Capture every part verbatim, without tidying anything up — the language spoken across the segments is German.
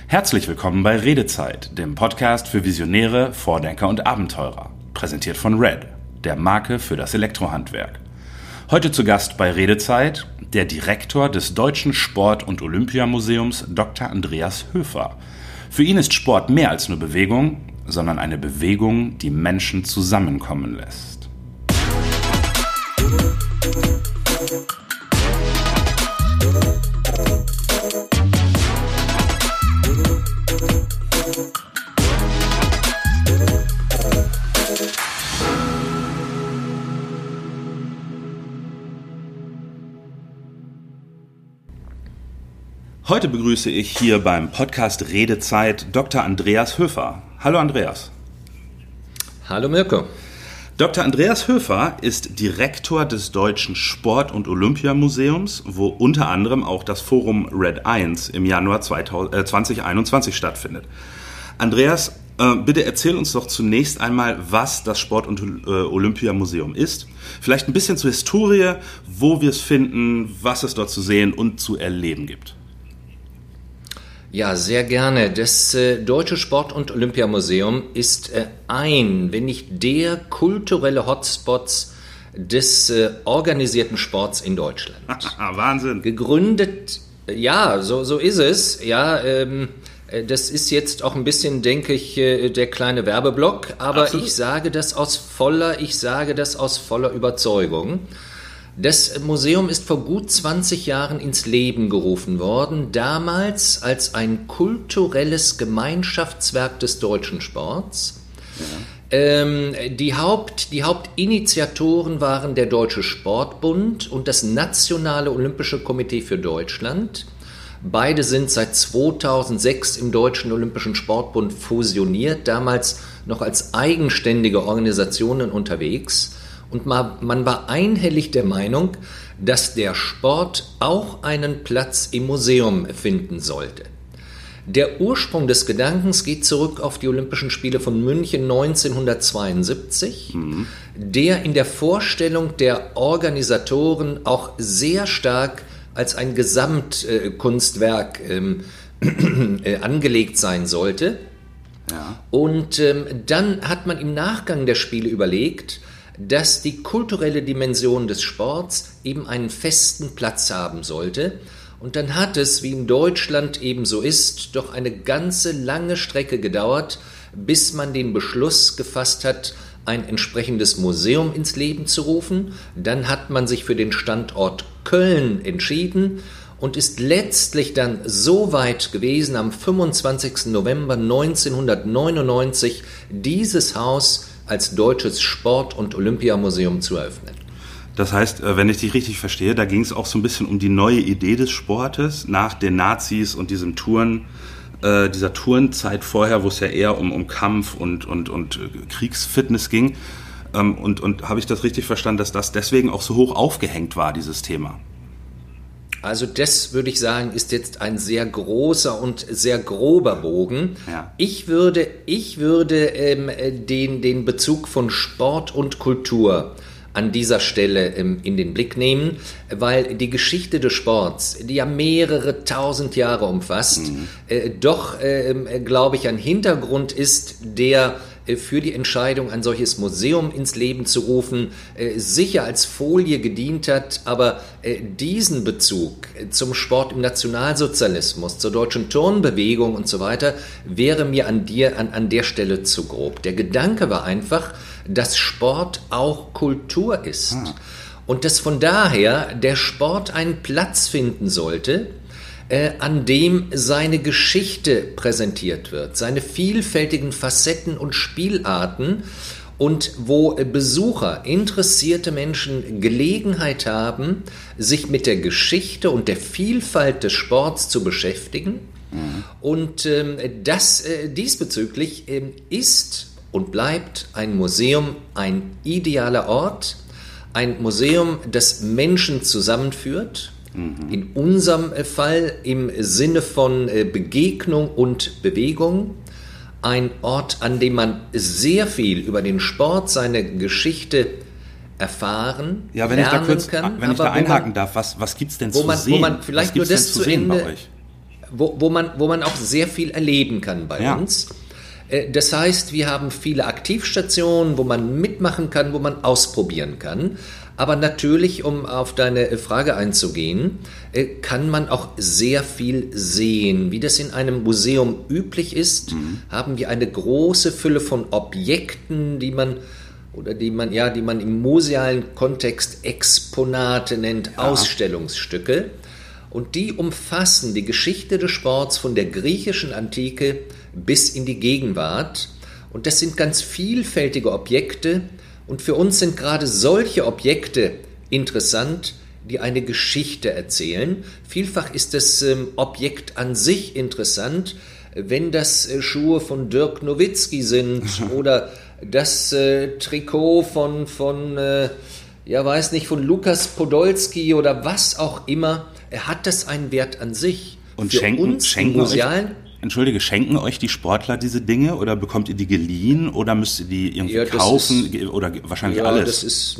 Herzlich willkommen bei Redezeit, dem Podcast für Visionäre, Vordenker und Abenteurer. Präsentiert von Red, der Marke für das Elektrohandwerk. Heute zu Gast bei Redezeit der Direktor des Deutschen Sport- und Olympiamuseums, Doktor Andreas Höfer. Für ihn ist Sport mehr als nur Bewegung, sondern eine Bewegung, die Menschen zusammenkommen lässt. Heute begrüße ich hier beim Podcast Redezeit Doktor Andreas Höfer. Hallo Andreas. Hallo Mirko. Doktor Andreas Höfer ist Direktor des Deutschen Sport- und Olympiamuseums, wo unter anderem auch das Forum Red eins im Januar zwanzig einundzwanzig stattfindet. Andreas, äh, bitte erzähl uns doch zunächst einmal, was das Sport- und äh, Olympiamuseum ist. Vielleicht ein bisschen zur Historie, wo wir es finden, was es dort zu sehen und zu erleben gibt. Ja, sehr gerne. Das äh, Deutsche Sport- und Olympiamuseum ist äh, ein, wenn nicht der kulturelle Hotspot des äh, organisierten Sports in Deutschland. Wahnsinn. Gegründet, ja, so, so ist es. Ja, ähm, das ist jetzt auch ein bisschen, denke ich, äh, der kleine Werbeblock, aber Absolut. ich sage das aus voller, ich sage das aus voller Überzeugung. Das Museum ist vor gut zwanzig Jahren ins Leben gerufen worden, damals als ein kulturelles Gemeinschaftswerk des deutschen Sports. Ja. Ähm, die, Haupt, die Hauptinitiatoren waren der Deutsche Sportbund und das Nationale Olympische Komitee für Deutschland. Beide sind seit zweitausendsechs im Deutschen Olympischen Sportbund fusioniert, damals noch als eigenständige Organisationen unterwegs. Und man war einhellig der Meinung, dass der Sport auch einen Platz im Museum finden sollte. Der Ursprung des Gedankens geht zurück auf die Olympischen Spiele von München neunzehnhundertzweiundsiebzig, mhm. der in der Vorstellung der Organisatoren auch sehr stark als ein Gesamtkunstwerk ähm, äh, angelegt sein sollte. Ja. Und ähm, dann hat man im Nachgang der Spiele überlegt, dass die kulturelle Dimension des Sports eben einen festen Platz haben sollte. Und dann hat es, wie in Deutschland eben so ist, doch eine ganze lange Strecke gedauert, bis man den Beschluss gefasst hat, ein entsprechendes Museum ins Leben zu rufen. Dann hat man sich für den Standort Köln entschieden und ist letztlich dann so weit gewesen, am fünfundzwanzigsten November neunzehnhundertneunundneunzig dieses Haus als Deutsches Sport- und Olympiamuseum zu eröffnen. Das heißt, wenn ich dich richtig verstehe, da ging es auch so ein bisschen um die neue Idee des Sportes nach den Nazis und diesem Touren, äh, dieser Tourenzeit vorher, wo es ja eher um, um Kampf und, und, und Kriegsfitness ging. Ähm, und und habe ich das richtig verstanden, dass das deswegen auch so hoch aufgehängt war, dieses Thema? Also das, würde ich sagen, ist jetzt ein sehr großer und sehr grober Bogen. Ja. Ich würde, ich würde ähm, den, den Bezug von Sport und Kultur an dieser Stelle ähm, in den Blick nehmen, weil die Geschichte des Sports, die ja mehrere tausend Jahre umfasst, mhm. äh, doch, äh, glaube ich, ein Hintergrund ist, der für die Entscheidung, ein solches Museum ins Leben zu rufen, äh, sicher als Folie gedient hat, aber äh, diesen Bezug zum Sport im Nationalsozialismus, zur deutschen Turnbewegung und so weiter, wäre mir an, dir, an, an der Stelle zu grob. Der Gedanke war einfach, dass Sport auch Kultur ist hm. und dass von daher der Sport einen Platz finden sollte, Äh, an dem seine Geschichte präsentiert wird, seine vielfältigen Facetten und Spielarten und wo äh, Besucher, interessierte Menschen Gelegenheit haben, sich mit der Geschichte und der Vielfalt des Sports zu beschäftigen. Mhm. Und ähm, das äh, diesbezüglich äh, ist und bleibt ein Museum ein idealer Ort, ein Museum, das Menschen zusammenführt, in unserem Fall im Sinne von Begegnung und Bewegung. Ein Ort, an dem man sehr viel über den Sport, seine Geschichte erfahren, ja, wenn lernen ich da kurz, kann. Wenn ich da einhaken man, darf, was, was gibt es denn wo zu man, sehen? Wo man vielleicht nur das zu Ende, wo, wo, man, wo man auch sehr viel erleben kann bei ja. uns. Das heißt, wir haben viele Aktivstationen, wo man mitmachen kann, wo man ausprobieren kann. Aber natürlich, um auf deine Frage einzugehen, kann man auch sehr viel sehen. Wie das in einem Museum üblich ist, mhm. haben wir eine große Fülle von Objekten, die man oder die man ja, die man im musealen Kontext Exponate nennt, ja. Ausstellungsstücke. Und die umfassen die Geschichte des Sports von der griechischen Antike bis in die Gegenwart. Und das sind ganz vielfältige Objekte. Und für uns sind gerade solche Objekte interessant, die eine Geschichte erzählen. Vielfach ist das ähm, Objekt an sich interessant, wenn das äh, Schuhe von Dirk Nowitzki sind oder das äh, Trikot von, von äh, ja weiß nicht, von Lukas Podolski oder was auch immer. Hat das einen Wert an sich? Und für schenken, uns schenken musealen... Euch, Entschuldige, schenken euch die Sportler diese Dinge oder bekommt ihr die geliehen oder müsst ihr die irgendwie ja, kaufen ist, oder wahrscheinlich ja, alles? Das ist,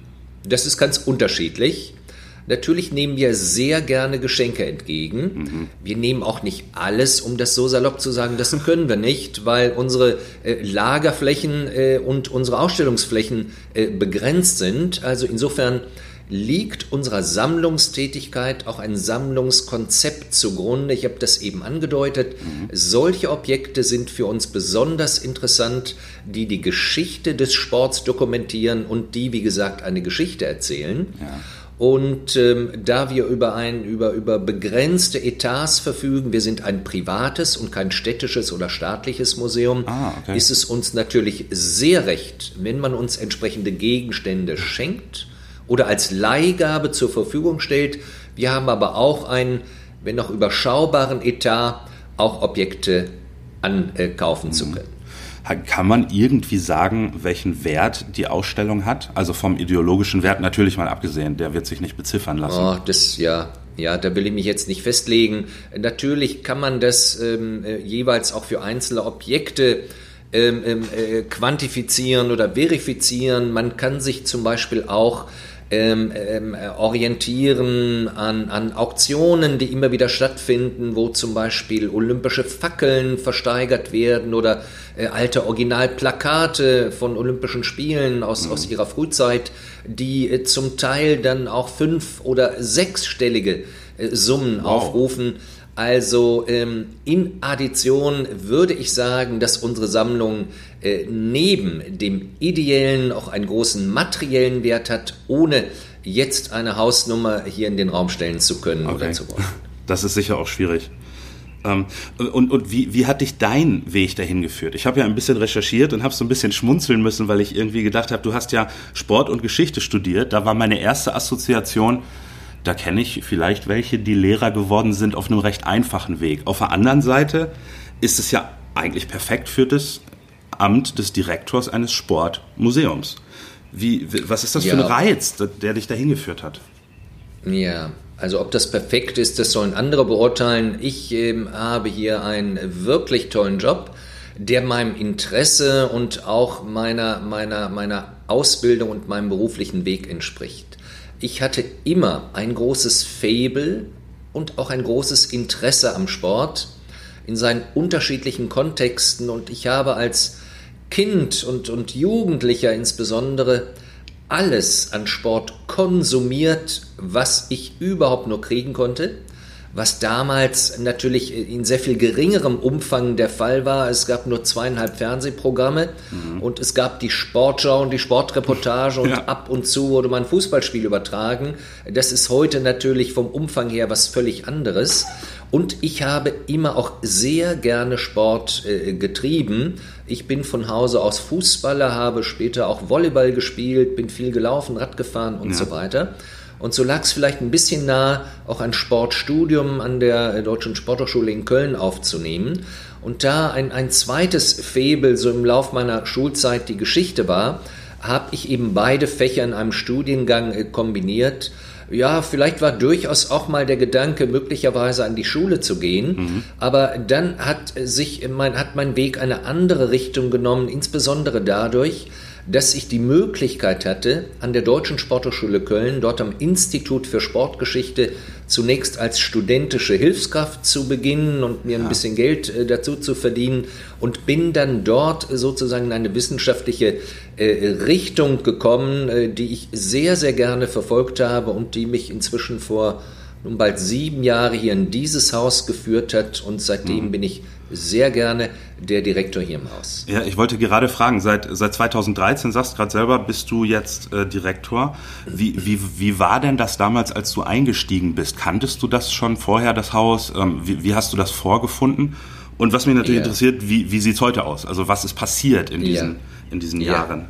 das ist ganz unterschiedlich. Natürlich nehmen wir sehr gerne Geschenke entgegen. Mhm. Wir nehmen auch nicht alles, um das so salopp zu sagen, das können wir nicht, weil unsere äh, Lagerflächen äh, und unsere Ausstellungsflächen äh, begrenzt sind. Also insofern liegt unserer Sammlungstätigkeit auch ein Sammlungskonzept zugrunde. Ich habe das eben angedeutet. Mhm. Solche Objekte sind für uns besonders interessant, die die Geschichte des Sports dokumentieren und die, wie gesagt, eine Geschichte erzählen. Ja. Und ähm, da wir über, ein, über, über begrenzte Etats verfügen, wir sind ein privates und kein städtisches oder staatliches Museum, ah, okay. ist es uns natürlich sehr recht, wenn man uns entsprechende Gegenstände schenkt oder als Leihgabe zur Verfügung stellt. Wir haben aber auch einen, wenn auch überschaubaren Etat, auch Objekte ankaufen mhm. zu können. Kann man irgendwie sagen, welchen Wert die Ausstellung hat? Also vom ideologischen Wert natürlich mal abgesehen, der wird sich nicht beziffern lassen. Oh, das, ja, ja, da will ich mich jetzt nicht festlegen. Natürlich kann man das ähm, äh, jeweils auch für einzelne Objekte ähm, äh, quantifizieren oder verifizieren. Man kann sich zum Beispiel auch Ähm, ähm, orientieren an, an Auktionen, die immer wieder stattfinden, wo zum Beispiel olympische Fackeln versteigert werden oder äh, alte Originalplakate von Olympischen Spielen aus, mhm. aus ihrer Frühzeit, die äh, zum Teil dann auch fünf- oder sechsstellige äh, Summen wow. aufrufen. Also ähm, in Addition würde ich sagen, dass unsere Sammlung äh, neben dem ideellen auch einen großen materiellen Wert hat, ohne jetzt eine Hausnummer hier in den Raum stellen zu können okay. oder zu wollen. Das ist sicher auch schwierig. Ähm, und und wie, wie hat dich dein Weg dahin geführt? Ich habe ja ein bisschen recherchiert und habe so ein bisschen schmunzeln müssen, weil ich irgendwie gedacht habe, du hast ja Sport und Geschichte studiert. Da war meine erste Assoziation, da kenne ich vielleicht welche, die Lehrer geworden sind auf einem recht einfachen Weg. Auf der anderen Seite ist es ja eigentlich perfekt für das Amt des Direktors eines Sportmuseums. Wie, was ist das ja. für ein Reiz, der dich dahin geführt hat? Ja, also ob das perfekt ist, das sollen andere beurteilen. Ich ähm, habe hier einen wirklich tollen Job, der meinem Interesse und auch meiner, meiner, meiner Ausbildung und meinem beruflichen Weg entspricht. Ich hatte immer ein großes Faible und auch ein großes Interesse am Sport in seinen unterschiedlichen Kontexten und ich habe als Kind und, und Jugendlicher insbesondere alles an Sport konsumiert, was ich überhaupt nur kriegen konnte, was damals natürlich in sehr viel geringerem Umfang der Fall war. Es gab nur zweieinhalb Fernsehprogramme mhm. und es gab die Sportschau und die Sportreportage und ja. ab und zu wurde mal ein Fußballspiel übertragen. Das ist heute natürlich vom Umfang her was völlig anderes. Und ich habe immer auch sehr gerne Sport äh, getrieben. Ich bin von Hause aus Fußballer, habe später auch Volleyball gespielt, bin viel gelaufen, Rad gefahren und ja. so weiter. Und so lag es vielleicht ein bisschen nahe, auch ein Sportstudium an der Deutschen Sporthochschule in Köln aufzunehmen. Und da ein, ein zweites Faible so im Lauf meiner Schulzeit die Geschichte war, habe ich eben beide Fächer in einem Studiengang äh, kombiniert. Ja, vielleicht war durchaus auch mal der Gedanke, möglicherweise an die Schule zu gehen. Mhm. Aber dann hat sich mein, hat mein Weg eine andere Richtung genommen, insbesondere dadurch, dass ich die Möglichkeit hatte, an der Deutschen Sporthochschule Köln, dort am Institut für Sportgeschichte, zunächst als studentische Hilfskraft zu beginnen und mir ein ja. bisschen Geld äh, dazu zu verdienen und bin dann dort sozusagen in eine wissenschaftliche äh, Richtung gekommen, äh, die ich sehr, sehr gerne verfolgt habe und die mich inzwischen vor nun bald sieben Jahre hier in dieses Haus geführt hat und seitdem mhm. bin ich sehr gerne der Direktor hier im Haus. Ja, ich wollte gerade fragen, seit, seit zweitausenddreizehn, sagst du gerade selber, bist du jetzt äh, Direktor. Wie, wie, wie war denn das damals, als du eingestiegen bist? Kanntest du das schon vorher, das Haus? Ähm, wie, wie hast du das vorgefunden? Und was mich natürlich ja. interessiert, wie, wie sieht es heute aus? Also was ist passiert in diesen, ja. in diesen ja. Jahren?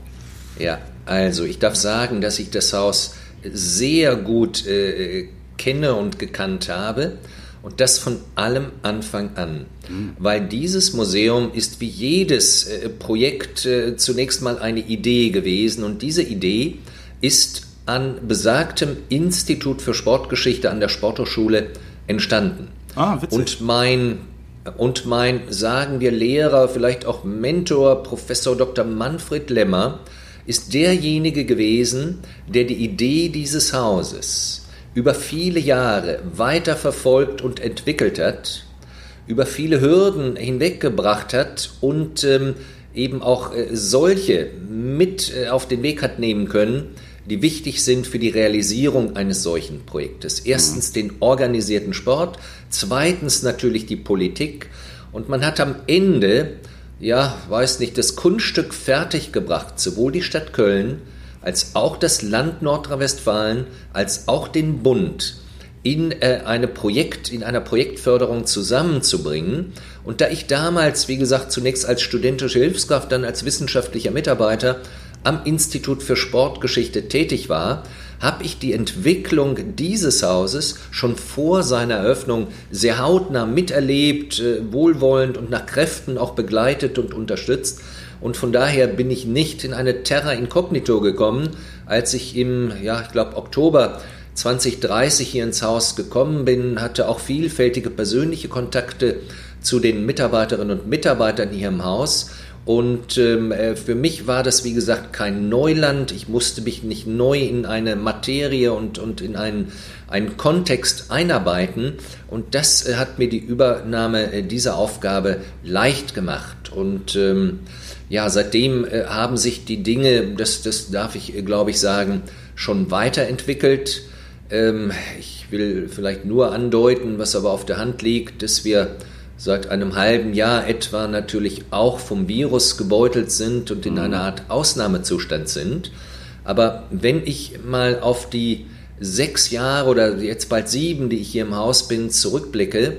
Ja, also ich darf sagen, dass ich das Haus sehr gut äh, kenne und gekannt habe und das von allem Anfang an, mhm. weil dieses Museum ist wie jedes äh, Projekt äh, zunächst mal eine Idee gewesen und diese Idee ist an besagtem Institut für Sportgeschichte an der Sporthochschule entstanden. Ah, witzig. Und mein, und mein, sagen wir Lehrer, vielleicht auch Mentor, Professor Doktor Manfred Lemmer, ist derjenige gewesen, der die Idee dieses Hauses über viele Jahre weiter verfolgt und entwickelt hat, über viele Hürden hinweggebracht hat und ähm, eben auch äh, solche mit äh, auf den Weg hat nehmen können, die wichtig sind für die Realisierung eines solchen Projektes. Erstens den organisierten Sport, zweitens natürlich die Politik und man hat am Ende, ja, weiß nicht, das Kunststück fertiggebracht, sowohl die Stadt Köln als auch das Land Nordrhein-Westfalen, als auch den Bund in, äh, eine Projekt, in einer Projektförderung zusammenzubringen. Und da ich damals, wie gesagt, zunächst als studentische Hilfskraft, dann als wissenschaftlicher Mitarbeiter am Institut für Sportgeschichte tätig war, habe ich die Entwicklung dieses Hauses schon vor seiner Eröffnung sehr hautnah miterlebt, äh, wohlwollend und nach Kräften auch begleitet und unterstützt. Und von daher bin ich nicht in eine Terra Incognito gekommen, als ich im, ja, ich glaube, Oktober zwanzig dreißig hier ins Haus gekommen bin, hatte auch vielfältige persönliche Kontakte zu den Mitarbeiterinnen und Mitarbeitern hier im Haus. Und ähm, für mich war das, wie gesagt, kein Neuland. Ich musste mich nicht neu in eine Materie und, und in einen, einen Kontext einarbeiten. Und das äh, hat mir die Übernahme äh, dieser Aufgabe leicht gemacht. Und ähm, ja, seitdem äh, haben sich die Dinge, das, das darf ich, äh, glaube ich, sagen, schon weiterentwickelt. Ähm, ich will vielleicht nur andeuten, was aber auf der Hand liegt, dass wir seit einem halben Jahr etwa natürlich auch vom Virus gebeutelt sind und in mhm. einer Art Ausnahmezustand sind. Aber wenn ich mal auf die sechs Jahre oder jetzt bald sieben, die ich hier im Haus bin, zurückblicke,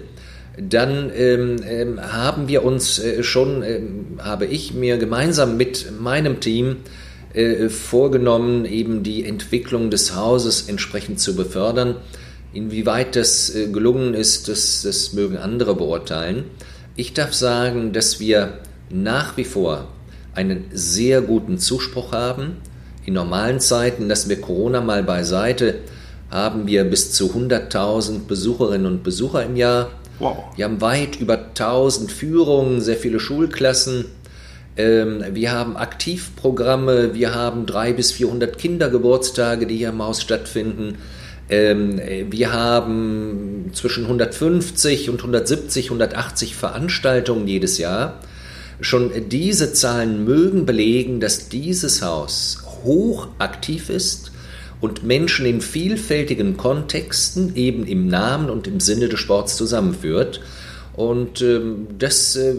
dann ähm, ähm, haben wir uns äh, schon, ähm, habe ich mir gemeinsam mit meinem Team äh, vorgenommen, eben die Entwicklung des Hauses entsprechend zu befördern. Inwieweit das äh, gelungen ist, das, das mögen andere beurteilen. Ich darf sagen, dass wir nach wie vor einen sehr guten Zuspruch haben. In normalen Zeiten, lassen wir Corona mal beiseite, haben wir bis zu hunderttausend Besucherinnen und Besucher im Jahr. Wow. Wir haben weit über tausend Führungen, sehr viele Schulklassen. Ähm, wir haben Aktivprogramme, wir haben dreihundert bis vierhundert Kindergeburtstage, die hier im Haus stattfinden. Ähm, wir haben zwischen hundertfünfzig und hundertsiebzig, hundertachtzig Veranstaltungen jedes Jahr. Schon diese Zahlen mögen belegen, dass dieses Haus hochaktiv ist und Menschen in vielfältigen Kontexten eben im Namen und im Sinne des Sports zusammenführt. Und ähm, das, äh,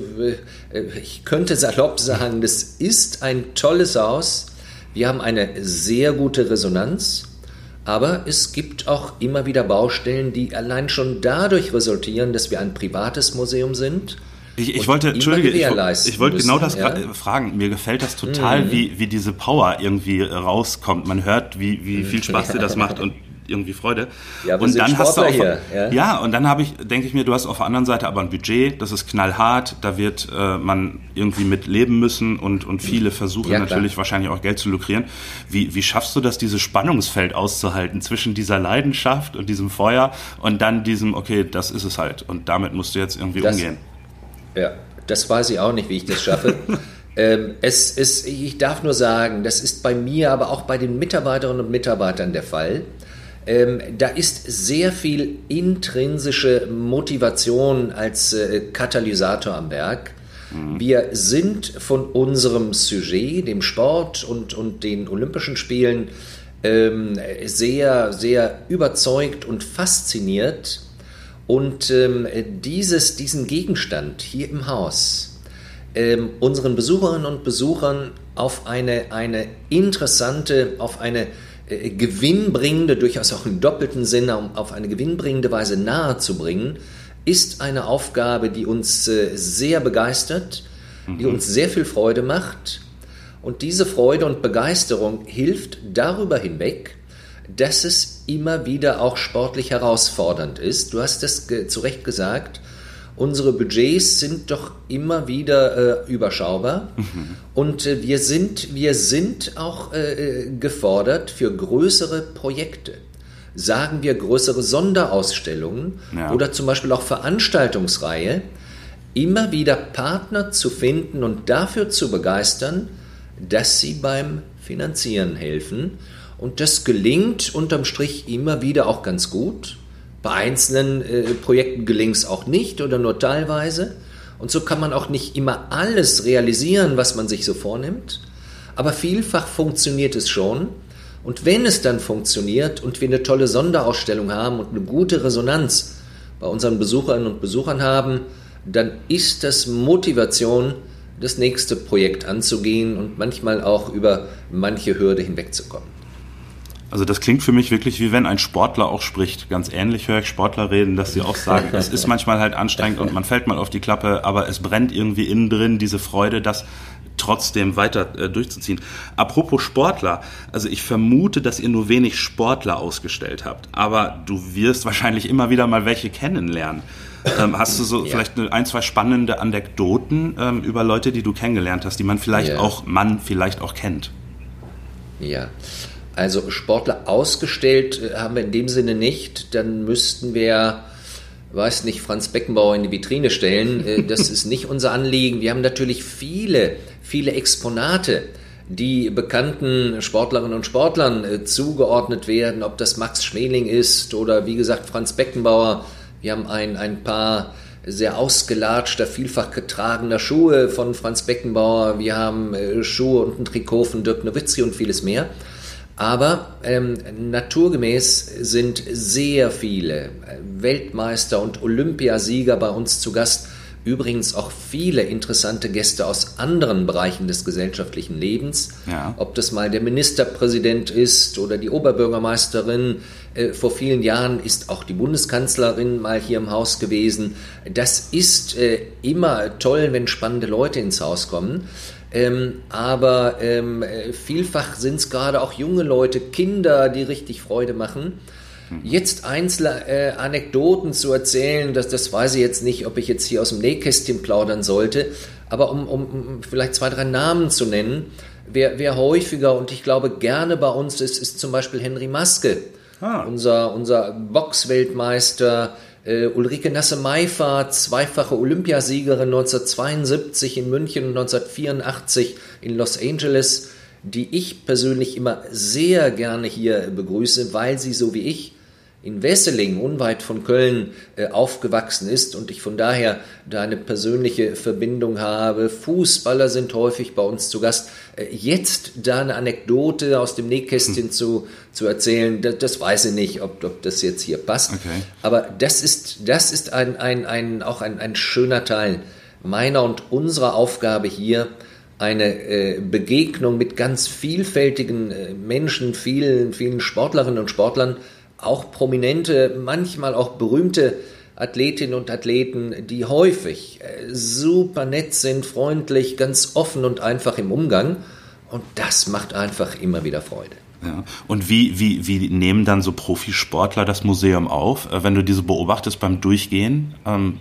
ich könnte salopp sagen, das ist ein tolles Haus. Wir haben eine sehr gute Resonanz, aber es gibt auch immer wieder Baustellen, die allein schon dadurch resultieren, dass wir ein privates Museum sind. Ich, ich wollte, Entschuldige, ich, ich wollte genau das ja. fragen. Mir gefällt das total, mhm. wie, wie diese Power irgendwie rauskommt. Man hört, wie, wie viel Spaß dir das macht und irgendwie Freude. Ja, wir und sind dann hast du auf, hier, ja. ja, und dann habe ich, denke ich mir, du hast auf der anderen Seite aber ein Budget, das ist knallhart, da wird äh, man irgendwie mit leben müssen und, und viele versuchen ja, natürlich wahrscheinlich auch Geld zu lukrieren. Wie, wie schaffst du das, dieses Spannungsfeld auszuhalten zwischen dieser Leidenschaft und diesem Feuer und dann diesem, okay, das ist es halt und damit musst du jetzt irgendwie das, umgehen? Ja, das weiß ich auch nicht, wie ich das schaffe. Ähm, es, es, ich darf nur sagen, das ist bei mir, aber auch bei den Mitarbeiterinnen und Mitarbeitern der Fall. Ähm, da ist sehr viel intrinsische Motivation als äh, Katalysator am Werk. Mhm. Wir sind von unserem Sujet, dem Sport und, und den Olympischen Spielen, ähm, sehr, sehr überzeugt und fasziniert. Und ähm, dieses, diesen Gegenstand hier im Haus ähm, unseren Besucherinnen und Besuchern auf eine, eine interessante, auf eine äh, gewinnbringende, durchaus auch im doppelten Sinne, um auf eine gewinnbringende Weise nahezubringen, ist eine Aufgabe, die uns äh, sehr begeistert, mhm. die uns sehr viel Freude macht. Und diese Freude und Begeisterung hilft darüber hinweg, dass es immer wieder auch sportlich herausfordernd ist. Du hast es ge- zu Recht gesagt, unsere Budgets sind doch immer wieder äh, überschaubar mhm. und äh, wir sind, wir sind auch äh, gefordert für größere Projekte. Sagen wir größere Sonderausstellungen ja. oder zum Beispiel auch Veranstaltungsreihe, immer wieder Partner zu finden und dafür zu begeistern, dass sie beim Finanzieren helfen. Und das gelingt unterm Strich immer wieder auch ganz gut. Bei einzelnen äh, Projekten gelingt es auch nicht oder nur teilweise. Und so kann man auch nicht immer alles realisieren, was man sich so vornimmt. Aber vielfach funktioniert es schon. Und wenn es dann funktioniert und wir eine tolle Sonderausstellung haben und eine gute Resonanz bei unseren Besucherinnen und Besuchern haben, dann ist das Motivation, das nächste Projekt anzugehen und manchmal auch über manche Hürde hinwegzukommen. Also das klingt für mich wirklich wie wenn ein Sportler auch spricht. Ganz ähnlich höre ich Sportler reden, dass sie auch sagen, es ist manchmal halt anstrengend und man fällt mal auf die Klappe, aber es brennt irgendwie innen drin, diese Freude, das trotzdem weiter äh, durchzuziehen. Apropos Sportler, also ich vermute, dass ihr nur wenig Sportler ausgestellt habt, aber du wirst wahrscheinlich immer wieder mal welche kennenlernen. Ähm, hast du so ja. vielleicht ein, zwei spannende Anekdoten ähm, über Leute, die du kennengelernt hast, die man vielleicht ja. auch, man vielleicht auch kennt? Ja, also Sportler ausgestellt äh, haben wir in dem Sinne nicht. Dann müssten wir, weiß nicht, Franz Beckenbauer in die Vitrine stellen. Äh, das ist nicht unser Anliegen. Wir haben natürlich viele, viele Exponate, die bekannten Sportlerinnen und Sportlern äh, zugeordnet werden, ob das Max Schmeling ist oder wie gesagt Franz Beckenbauer. Wir haben ein, ein paar sehr ausgelatschter, vielfach getragener Schuhe von Franz Beckenbauer. Wir haben äh, Schuhe und ein Trikot von Dirk Nowitzki und vieles mehr. Aber ähm, naturgemäß sind sehr viele Weltmeister und Olympiasieger bei uns zu Gast. Übrigens auch viele interessante Gäste aus anderen Bereichen des gesellschaftlichen Lebens. Ja. Ob das mal der Ministerpräsident ist oder die Oberbürgermeisterin. Äh, vor vielen Jahren ist auch die Bundeskanzlerin mal hier im Haus gewesen. Das ist äh, immer toll, wenn spannende Leute ins Haus kommen. Ähm, aber ähm, vielfach sind es gerade auch junge Leute, Kinder, die richtig Freude machen. Jetzt einzelne äh, Anekdoten zu erzählen, das, das weiß ich jetzt nicht, ob ich jetzt hier aus dem Nähkästchen plaudern sollte, aber um, um, um vielleicht zwei, drei Namen zu nennen, wer, wer häufiger und ich glaube gerne bei uns ist, ist zum Beispiel Henry Maske, ah. unser, unser Boxweltmeister, äh, Ulrike Nasse-Meifert, zweifache Olympiasiegerin neunzehnhundertzweiundsiebzig in München und neunzehnhundertvierundachtzig in Los Angeles, die ich persönlich immer sehr gerne hier begrüße, weil sie so wie ich in Wesseling, unweit von Köln, äh, aufgewachsen ist und ich von daher da eine persönliche Verbindung habe. Fußballer sind häufig bei uns zu Gast. Äh, jetzt da eine Anekdote aus dem Nähkästchen hm. zu, zu erzählen, das, das weiß ich nicht, ob, ob das jetzt hier passt. Okay. Aber das ist, das ist ein, ein, ein, auch ein, ein schöner Teil meiner und unserer Aufgabe hier, eine äh, Begegnung mit ganz vielfältigen äh, Menschen, vielen, vielen Sportlerinnen und Sportlern, auch prominente, manchmal auch berühmte Athletinnen und Athleten, die häufig äh, super nett sind, freundlich, ganz offen und einfach im Umgang. Und das macht einfach immer wieder Freude. Ja. Und wie, wie, wie nehmen dann so Profisportler das Museum auf, äh, wenn du diese beobachtest beim Durchgehen? Ähm,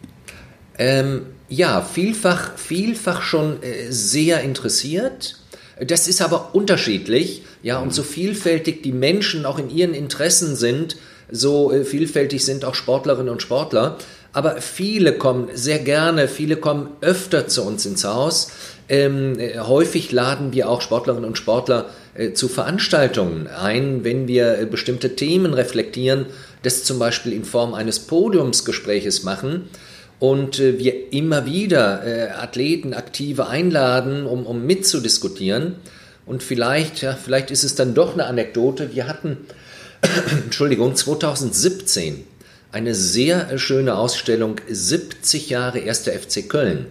ähm, ja, vielfach, vielfach schon äh, sehr interessiert. Das ist aber unterschiedlich, ja, und so vielfältig die Menschen auch in ihren Interessen sind, so äh, vielfältig sind auch Sportlerinnen und Sportler. Aber viele kommen sehr gerne, viele kommen öfter zu uns ins Haus. Ähm, häufig laden wir auch Sportlerinnen und Sportler äh, zu Veranstaltungen ein, wenn wir äh, bestimmte Themen reflektieren, das zum Beispiel in Form eines Podiumsgespräches machen und äh, wir immer wieder äh, Athleten, Aktive einladen, um, um mitzudiskutieren. Und vielleicht, ja, vielleicht ist es dann doch eine Anekdote. Wir hatten, Entschuldigung, zwanzig siebzehn eine sehr schöne Ausstellung, siebzig Jahre erster F C Köln.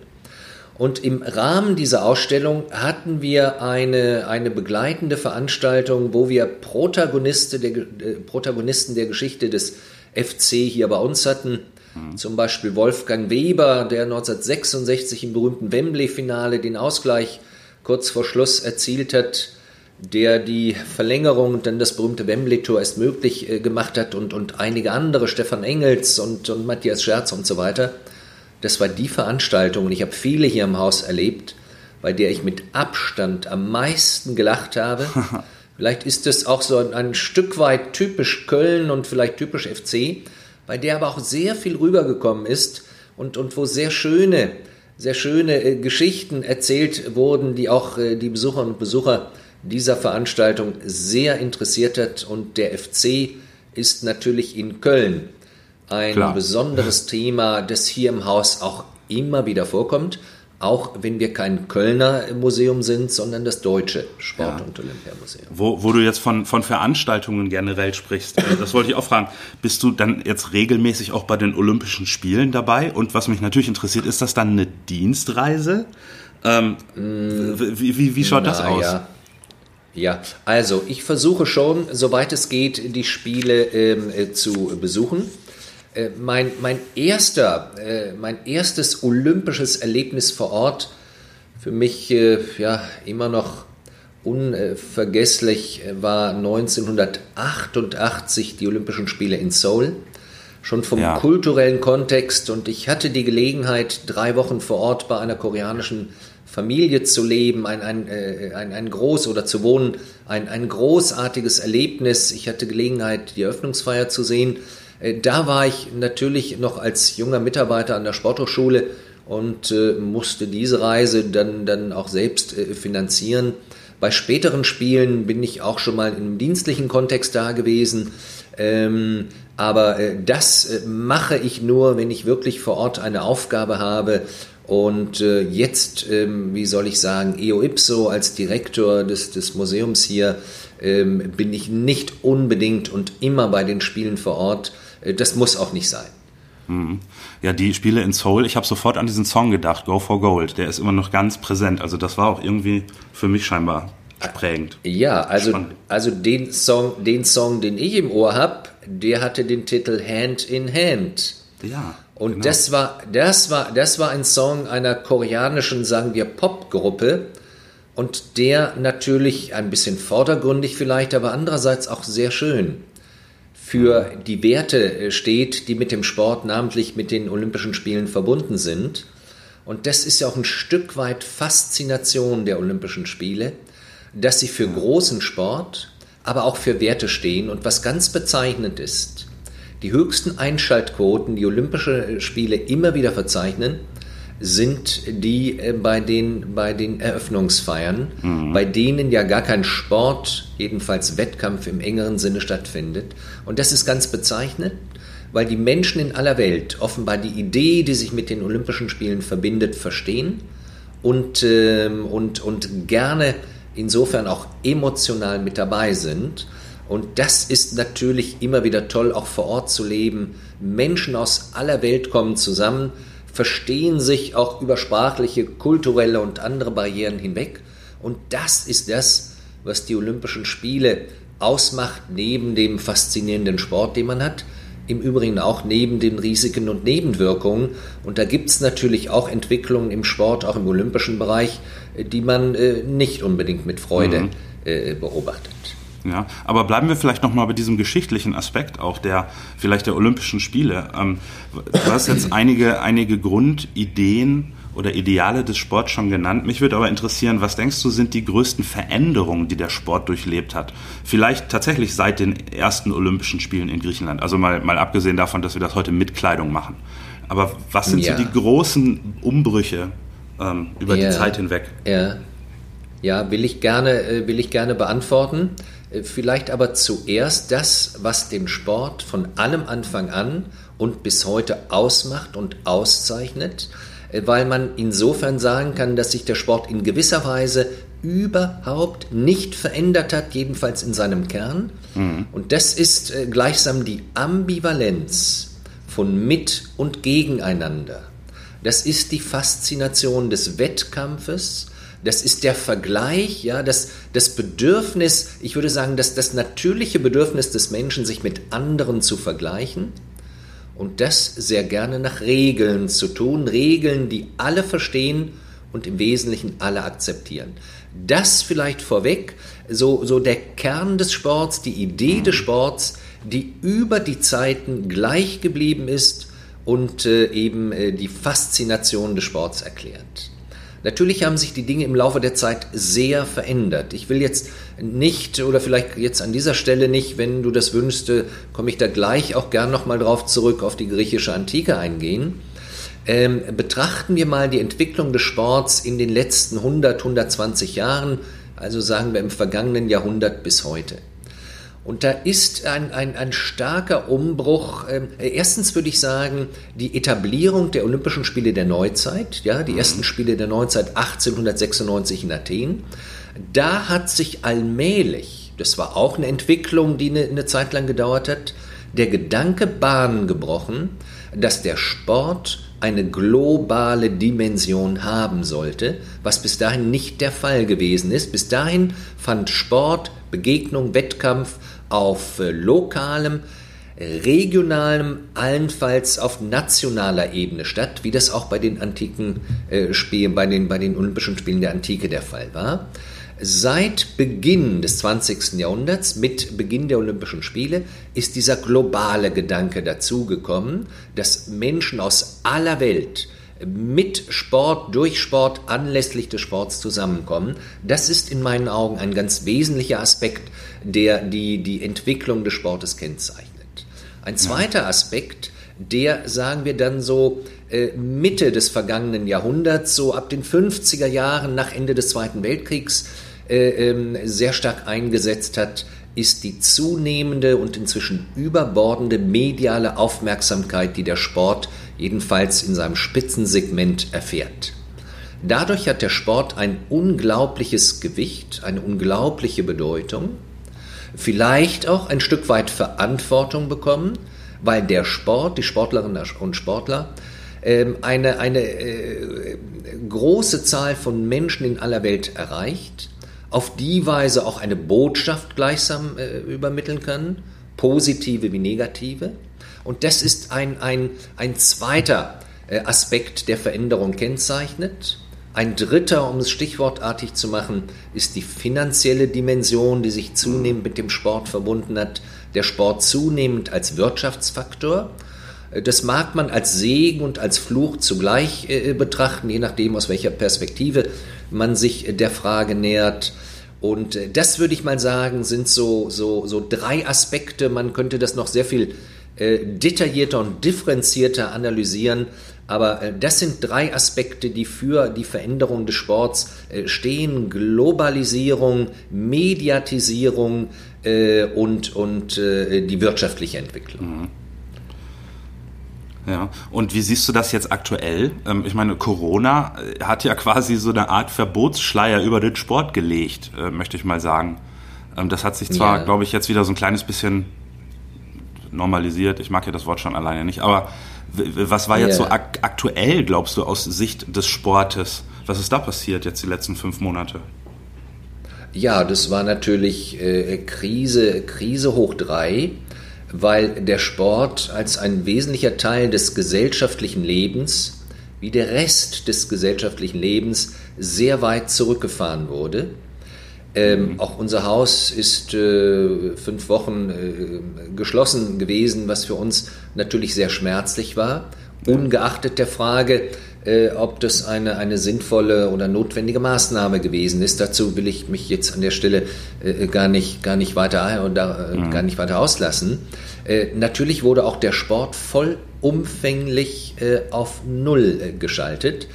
Und im Rahmen dieser Ausstellung hatten wir eine, eine begleitende Veranstaltung, wo wir Protagonisten der, äh, Protagonisten der Geschichte des F C hier bei uns hatten. Mhm. Zum Beispiel Wolfgang Weber, der neunzehnhundertsechsundsechzig im berühmten Wembley-Finale den Ausgleich kurz vor Schluss erzielt hat, der die Verlängerung und dann das berühmte Wembley-Tor erst möglich äh, gemacht hat und, und einige andere, Stefan Engels und, und Matthias Scherz und so weiter. Das war die Veranstaltung, und ich habe viele hier im Haus erlebt, bei der ich mit Abstand am meisten gelacht habe. Vielleicht ist es auch so ein, ein Stück weit typisch Köln und vielleicht typisch F C, bei der aber auch sehr viel rübergekommen ist und, und wo sehr schöne, sehr schöne äh, Geschichten erzählt wurden, die auch äh, die Besucherinnen und Besucher dieser Veranstaltung sehr interessiert hat. Und der F C ist natürlich in Köln ein Klar. besonderes Thema, das hier im Haus auch immer wieder vorkommt, auch wenn wir kein Kölner Museum sind, sondern das Deutsche Sport- ja. und Olympiamuseum. Wo, wo du jetzt von, von Veranstaltungen generell sprichst, das wollte ich auch fragen, bist du dann jetzt regelmäßig auch bei den Olympischen Spielen dabei? Und was mich natürlich interessiert, ist das dann eine Dienstreise? Ähm, mm, wie, wie, wie schaut das aus? Ja. Ja, also ich versuche schon, soweit es geht, die Spiele ähm, äh, zu besuchen. Äh, mein, mein, erster, äh, mein erstes olympisches Erlebnis vor Ort, für mich äh, ja, immer noch unvergesslich, äh, war neunzehnhundertachtundachtzig die Olympischen Spiele in Seoul. Schon vom ja. kulturellen Kontext, und ich hatte die Gelegenheit, drei Wochen vor Ort bei einer koreanischen Familie zu leben, ein, ein, äh, ein, ein groß oder zu wohnen, ein, ein großartiges Erlebnis. Ich hatte Gelegenheit, die Eröffnungsfeier zu sehen. Äh, da war ich natürlich noch als junger Mitarbeiter an der Sporthochschule und äh, musste diese Reise dann, dann auch selbst äh, finanzieren. Bei späteren Spielen bin ich auch schon mal im dienstlichen Kontext da gewesen. Ähm, aber äh, das äh, mache ich nur, wenn ich wirklich vor Ort eine Aufgabe habe. Und äh, jetzt, ähm, wie soll ich sagen, eo ipso als Direktor des, des Museums hier, ähm, bin ich nicht unbedingt und immer bei den Spielen vor Ort. Äh, das muss auch nicht sein. Ja, die Spiele in Seoul, ich habe sofort an diesen Song gedacht, Go for Gold, der ist immer noch ganz präsent. Also das war auch irgendwie für mich scheinbar prägend. Ja, also, also den Song, den Song, den ich im Ohr habe, der hatte den Titel Hand in Hand. Ja. Und genau. das war, das war, das war ein Song einer koreanischen, sagen wir, Popgruppe, und der natürlich ein bisschen vordergründig vielleicht, aber andererseits auch sehr schön für die Werte steht, die mit dem Sport, namentlich mit den Olympischen Spielen verbunden sind. Und das ist ja auch ein Stück weit Faszination der Olympischen Spiele, dass sie für großen Sport, aber auch für Werte stehen. Und was ganz bezeichnend ist, die höchsten Einschaltquoten, die Olympische Spiele immer wieder verzeichnen, sind die bei den, bei den Eröffnungsfeiern, mhm. bei denen ja gar kein Sport, jedenfalls Wettkampf im engeren Sinne stattfindet. Und das ist ganz bezeichnend, weil die Menschen in aller Welt offenbar die Idee, die sich mit den Olympischen Spielen verbindet, verstehen und, äh, und, und gerne insofern auch emotional mit dabei sind. Und das ist natürlich immer wieder toll, auch vor Ort zu leben. Menschen aus aller Welt kommen zusammen, verstehen sich auch über sprachliche, kulturelle und andere Barrieren hinweg. Und das ist das, was die Olympischen Spiele ausmacht, neben dem faszinierenden Sport, den man hat. Im Übrigen auch neben den Risiken und Nebenwirkungen. Und da gibt es natürlich auch Entwicklungen im Sport, auch im olympischen Bereich, die man äh, nicht unbedingt mit Freude mhm. äh, beobachtet. Ja, aber bleiben wir vielleicht nochmal bei diesem geschichtlichen Aspekt auch der, vielleicht der Olympischen Spiele. Ähm, du hast jetzt einige, einige Grundideen oder Ideale des Sports schon genannt. Mich würde aber interessieren, was denkst du, sind die größten Veränderungen, die der Sport durchlebt hat? Vielleicht tatsächlich seit den ersten Olympischen Spielen in Griechenland. Also mal, mal abgesehen davon, dass wir das heute mit Kleidung machen. Aber was sind ja. so die großen Umbrüche ähm, über ja. die Zeit hinweg? Ja, ja will, ich gerne, will ich gerne beantworten. Vielleicht aber zuerst das, was den Sport von allem Anfang an und bis heute ausmacht und auszeichnet, weil man insofern sagen kann, dass sich der Sport in gewisser Weise überhaupt nicht verändert hat, jedenfalls in seinem Kern. Mhm. Und das ist äh, gleichsam die Ambivalenz von Mit- und Gegeneinander. Das ist die Faszination des Wettkampfes, das ist der Vergleich, ja, das, das Bedürfnis, ich würde sagen, dass das natürliche Bedürfnis des Menschen, sich mit anderen zu vergleichen und das sehr gerne nach Regeln zu tun, Regeln, die alle verstehen und im Wesentlichen alle akzeptieren. Das vielleicht vorweg, so, so der Kern des Sports, die Idee des Sports, die über die Zeiten gleich geblieben ist und äh, eben äh, die Faszination des Sports erklärt. Natürlich haben sich die Dinge im Laufe der Zeit sehr verändert. Ich will jetzt nicht, oder vielleicht jetzt an dieser Stelle nicht, wenn du das wünschst, komme ich da gleich auch gern nochmal drauf zurück, auf die griechische Antike eingehen. Ähm, betrachten wir mal die Entwicklung des Sports in den letzten hundert, hundertzwanzig Jahren, also sagen wir im vergangenen Jahrhundert bis heute. Und da ist ein, ein, ein starker Umbruch. Ähm, erstens würde ich sagen, die Etablierung der Olympischen Spiele der Neuzeit, ja, die ersten Spiele der Neuzeit achtzehnhundertsechsundneunzig in Athen. Da hat sich allmählich, das war auch eine Entwicklung, die eine, eine Zeit lang gedauert hat, der Gedanke Bahn gebrochen, dass der Sport eine globale Dimension haben sollte, was bis dahin nicht der Fall gewesen ist. Bis dahin fand Sport, Begegnung, Wettkampf auf äh, lokalem, regionalem, allenfalls auf nationaler Ebene statt, wie das auch bei den antiken äh, Spielen, bei den, bei den Olympischen Spielen der Antike der Fall war. Seit Beginn des zwanzigsten Jahrhunderts, mit Beginn der Olympischen Spiele, ist dieser globale Gedanke dazugekommen, dass Menschen aus aller Welt mit Sport, durch Sport, anlässlich des Sports zusammenkommen. Das ist in meinen Augen ein ganz wesentlicher Aspekt, der die, die Entwicklung des Sportes kennzeichnet. Ein zweiter Aspekt, der, sagen wir dann so, äh, Mitte des vergangenen Jahrhunderts, so ab den fünfziger Jahren nach Ende des Zweiten Weltkriegs, äh, äh, sehr stark eingesetzt hat, ist die zunehmende und inzwischen überbordende mediale Aufmerksamkeit, die der Sport jedenfalls in seinem Spitzensegment erfährt. Dadurch hat der Sport ein unglaubliches Gewicht, eine unglaubliche Bedeutung, vielleicht auch ein Stück weit Verantwortung bekommen, weil der Sport, die Sportlerinnen und Sportler, eine, eine große Zahl von Menschen in aller Welt erreicht, auf die Weise auch eine Botschaft gleichsam äh, übermitteln kann, positive wie negative. Und das ist ein, ein, ein zweiter äh, Aspekt, der Veränderung kennzeichnet. Ein dritter, um es stichwortartig zu machen, ist die finanzielle Dimension, die sich zunehmend mit dem Sport verbunden hat. Der Sport zunehmend als Wirtschaftsfaktor. Das mag man als Segen und als Fluch zugleich äh, betrachten, je nachdem, aus welcher Perspektive man sich der Frage nähert. Und äh, das würde ich mal sagen, sind so, so, so drei Aspekte. Man könnte das noch sehr viel äh, detaillierter und differenzierter analysieren. Aber äh, das sind drei Aspekte, die für die Veränderung des Sports äh, stehen. Globalisierung, Mediatisierung äh, und, und äh, die wirtschaftliche Entwicklung. Mhm. Ja, und wie siehst du das jetzt aktuell? Ich meine, Corona hat ja quasi so eine Art Verbotsschleier über den Sport gelegt, möchte ich mal sagen. Das hat sich zwar, ja. glaube ich, jetzt wieder so ein kleines bisschen normalisiert. Ich mag ja das Wort schon alleine nicht. Aber was war jetzt ja. so ak- aktuell, glaubst du, aus Sicht des Sportes? Was ist da passiert jetzt die letzten fünf Monate? Ja, das war natürlich äh, Krise, Krise hoch drei. Weil der Sport als ein wesentlicher Teil des gesellschaftlichen Lebens, wie der Rest des gesellschaftlichen Lebens, sehr weit zurückgefahren wurde. Ähm, mhm. Auch unser Haus ist äh, fünf Wochen äh, geschlossen gewesen, was für uns natürlich sehr schmerzlich war, ungeachtet der Frage, äh, ob das eine, eine sinnvolle oder notwendige Maßnahme gewesen ist. Dazu will ich mich jetzt an der Stelle äh, gar nicht, gar nicht weiter, oder, äh, mhm. gar nicht weiter auslassen. Äh, natürlich wurde auch der Sport vollumfänglich äh, auf Null äh, geschaltet.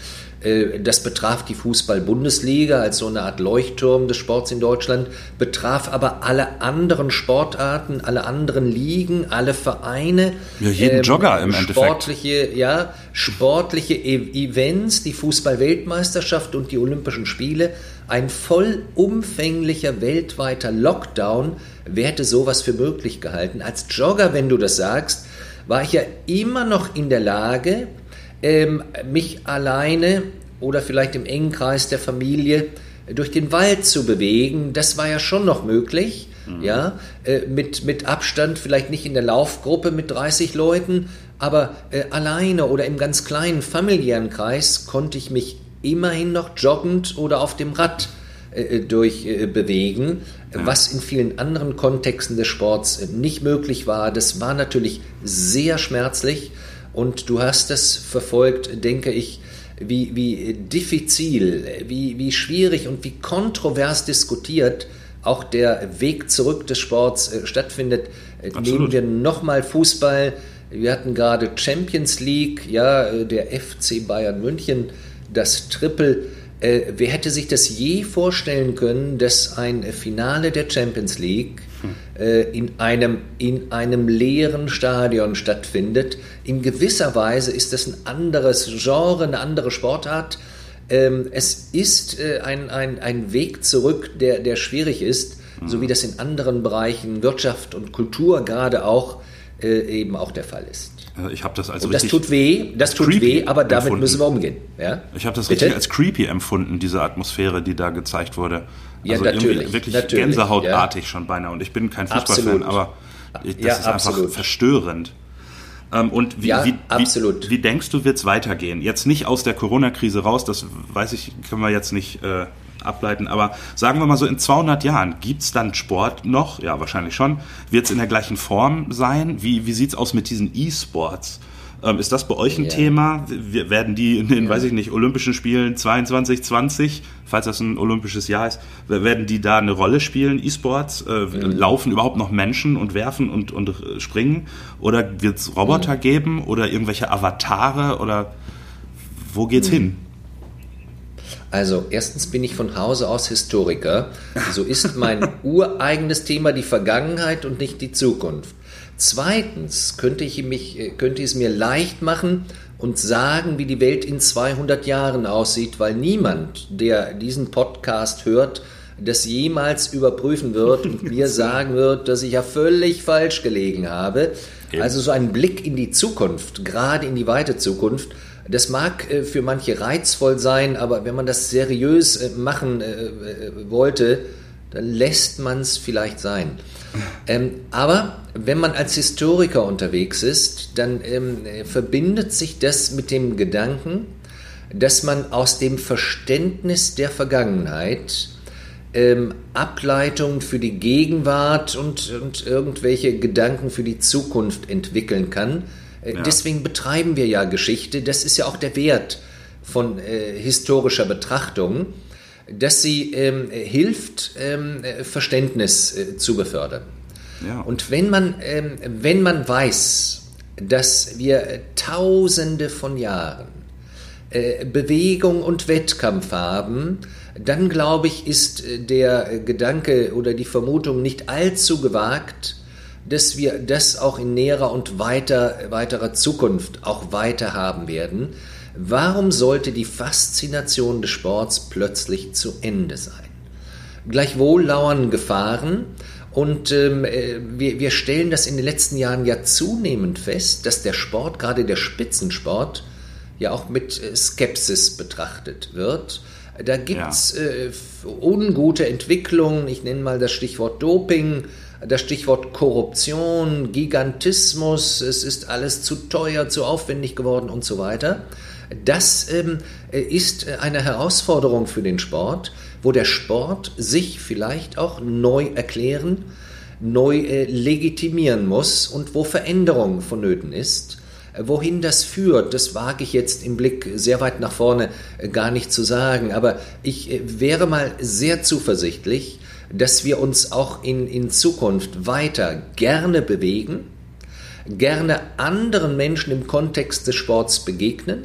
Das betraf die Fußball-Bundesliga als so eine Art Leuchtturm des Sports in Deutschland, betraf aber alle anderen Sportarten, alle anderen Ligen, alle Vereine. Ja, jeden ähm, Jogger im sportliche, Endeffekt. Ja, sportliche e- Events, die Fußball-Weltmeisterschaft und die Olympischen Spiele. Ein vollumfänglicher weltweiter Lockdown, wer hätte sowas für möglich gehalten? Als Jogger, wenn du das sagst, war ich ja immer noch in der Lage, ähm, mich alleine oder vielleicht im engen Kreis der Familie durch den Wald zu bewegen. Das war ja schon noch möglich, mhm. ja, äh, mit, mit Abstand, vielleicht nicht in der Laufgruppe mit dreißig Leuten, aber äh, alleine oder im ganz kleinen familiären Kreis konnte ich mich immerhin noch joggend oder auf dem Rad äh, durchbewegen, äh, ja. was in vielen anderen Kontexten des Sports äh, nicht möglich war. Das war natürlich sehr schmerzlich und du hast das verfolgt, denke ich, wie, wie diffizil, wie, wie schwierig und wie kontrovers diskutiert auch der Weg zurück des Sports äh, stattfindet. Äh, nehmen wir nochmal Fußball. Wir hatten gerade Champions League, ja, der F C Bayern München, das Triple. Äh, wer hätte sich das je vorstellen können, dass ein Finale der Champions League hm. äh, in, einem, in einem leeren Stadion stattfindet? In gewisser Weise ist das ein anderes Genre, eine andere Sportart. Ähm, es ist äh, ein, ein, ein Weg zurück, der, der schwierig ist, hm. so wie das in anderen Bereichen Wirtschaft und Kultur gerade auch äh, eben auch der Fall ist. Ich habe das als und das tut weh, das tut weh, aber damit empfunden. müssen wir umgehen. Ja? Ich habe das Bitte? richtig als creepy empfunden, diese Atmosphäre, die da gezeigt wurde. Ja, also natürlich. Wirklich natürlich, gänsehautartig ja. schon beinahe. Und ich bin kein Fußballfan, aber das ja, ist absolut. einfach verstörend. Und wie, ja, wie, absolut. Wie, wie denkst du, wird es weitergehen? Jetzt nicht aus der Corona-Krise raus, das weiß ich, können wir jetzt nicht äh, ableiten, aber sagen wir mal so, in zweihundert Jahren, gibt es dann Sport noch? Ja, wahrscheinlich schon. Wird es in der gleichen Form sein? Wie, wie sieht es aus mit diesen E-Sports? Ähm, ist das bei euch ein ja. Thema? Wir, werden die in den, ja. weiß ich nicht, Olympischen Spielen zweiundzwanzig zwanzig, falls das ein olympisches Jahr ist, werden die da eine Rolle spielen, E-Sports? Äh, mhm. Laufen überhaupt noch Menschen und werfen und, und springen? Oder wird es Roboter mhm. geben oder irgendwelche Avatare? Oder wo geht's mhm. hin? Also erstens bin ich von Hause aus Historiker. So ist mein ureigenes Thema die Vergangenheit und nicht die Zukunft. Zweitens könnte ich, mich, könnte ich es mir leicht machen und sagen, wie die Welt in zweihundert Jahren aussieht, weil niemand, der diesen Podcast hört, das jemals überprüfen wird und mir sagen wird, dass ich ja völlig falsch gelegen habe. Also so ein Blick in die Zukunft, gerade in die weite Zukunft, das mag äh, für manche reizvoll sein, aber wenn man das seriös äh, machen äh, äh, wollte, dann lässt man es vielleicht sein. Ähm, aber wenn man als Historiker unterwegs ist, dann ähm, verbindet sich das mit dem Gedanken, dass man aus dem Verständnis der Vergangenheit ähm, Ableitungen für die Gegenwart und, und irgendwelche Gedanken für die Zukunft entwickeln kann. Ja. Deswegen betreiben wir ja Geschichte. Das ist ja auch der Wert von äh, historischer Betrachtung, dass sie ähm, hilft, ähm, Verständnis äh, zu befördern. Ja. Und wenn man, ähm, wenn man weiß, dass wir Tausende von Jahren äh, Bewegung und Wettkampf haben, dann glaube ich, ist der Gedanke oder die Vermutung nicht allzu gewagt, dass wir das auch in näherer und weiter, weiterer Zukunft auch weiter haben werden. Warum sollte die Faszination des Sports plötzlich zu Ende sein? Gleichwohl lauern Gefahren und ähm, wir, wir stellen das in den letzten Jahren ja zunehmend fest, dass der Sport, gerade der Spitzensport, ja auch mit Skepsis betrachtet wird. Da gibt es ja. äh, ungute Entwicklungen, ich nenne mal das Stichwort Doping, das Stichwort Korruption, Gigantismus, es ist alles zu teuer, zu aufwendig geworden und so weiter. Das ähm, ist eine Herausforderung für den Sport, wo der Sport sich vielleicht auch neu erklären, neu äh, legitimieren muss und wo Veränderung vonnöten ist. Wohin das führt, das wage ich jetzt im Blick sehr weit nach vorne äh, gar nicht zu sagen, aber ich äh, wäre mal sehr zuversichtlich, dass wir uns auch in, in Zukunft weiter gerne bewegen, gerne anderen Menschen im Kontext des Sports begegnen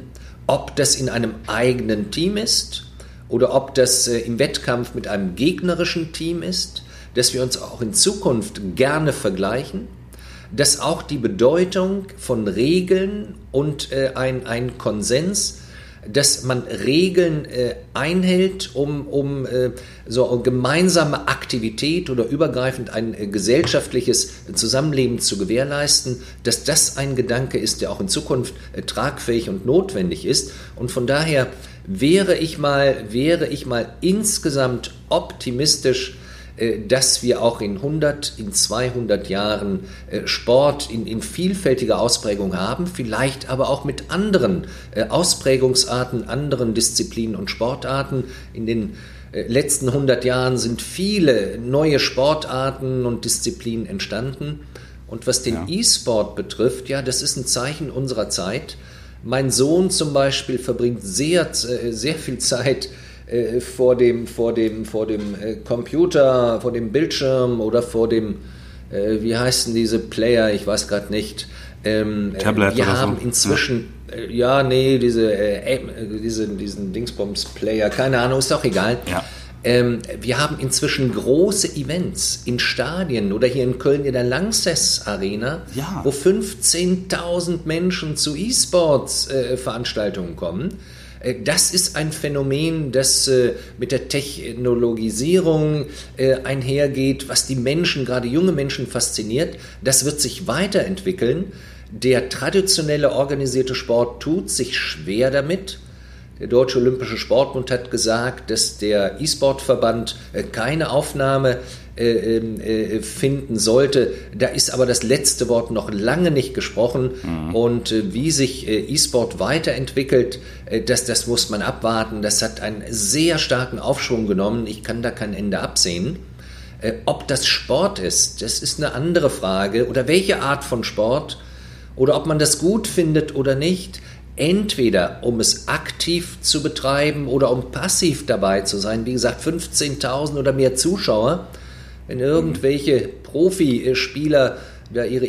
ob das in einem eigenen Team ist oder ob das äh, im Wettkampf mit einem gegnerischen Team ist, dass wir uns auch in Zukunft gerne vergleichen, dass auch die Bedeutung von Regeln und äh, ein, ein Konsens, dass man Regeln äh, einhält, um, um äh, so eine gemeinsame Aktivität oder übergreifend ein äh, gesellschaftliches Zusammenleben zu gewährleisten, dass das ein Gedanke ist, der auch in Zukunft äh, tragfähig und notwendig ist. Und von daher wäre ich mal, wäre ich mal insgesamt optimistisch, dass wir auch in hundert, in zweihundert Jahren Sport in, in vielfältiger Ausprägung haben, vielleicht aber auch mit anderen Ausprägungsarten, anderen Disziplinen und Sportarten. In den letzten hundert Jahren sind viele neue Sportarten und Disziplinen entstanden. Und was den ja. E-Sport betrifft, ja, das ist ein Zeichen unserer Zeit. Mein Sohn zum Beispiel verbringt sehr, sehr viel Zeit vor dem, vor dem, vor dem Computer, vor dem Bildschirm oder vor dem, äh, wie heißen diese Player, ich weiß gerade nicht. Ähm, Tablet wir oder haben so. inzwischen, ja, äh, ja nee, diese, äh, diese, diesen Dingsbums-Player, keine Ahnung, ist doch egal. Ja. Ähm, wir haben inzwischen große Events in Stadien oder hier in Köln in der Lanxess Arena, ja. wo fünfzehntausend Menschen zu E-Sports-Veranstaltungen äh, kommen. Das ist ein Phänomen, das äh, mit der Technologisierung äh, einhergeht, was die Menschen, gerade junge Menschen, fasziniert. Das wird sich weiterentwickeln. Der traditionelle organisierte Sport tut sich schwer damit. Der Deutsche Olympische Sportbund hat gesagt, dass der E-Sport-Verband äh, keine Aufnahme äh, äh, finden sollte. Da ist aber das letzte Wort noch lange nicht gesprochen. Mhm. Und äh, wie sich äh, E-Sport weiterentwickelt, äh, das, das muss man abwarten. Das hat einen sehr starken Aufschwung genommen. Ich kann da kein Ende absehen. Äh, ob das Sport ist, das ist eine andere Frage. Oder welche Art von Sport. Oder ob man das gut findet oder nicht. Entweder um es aktiv zu betreiben oder um passiv dabei zu sein. Wie gesagt, fünfzehntausend oder mehr Zuschauer. Wenn irgendwelche Profispieler da ihre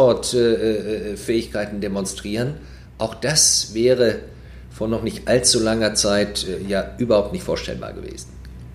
E-Sport-Fähigkeiten demonstrieren, auch das wäre vor noch nicht allzu langer Zeit ja überhaupt nicht vorstellbar gewesen.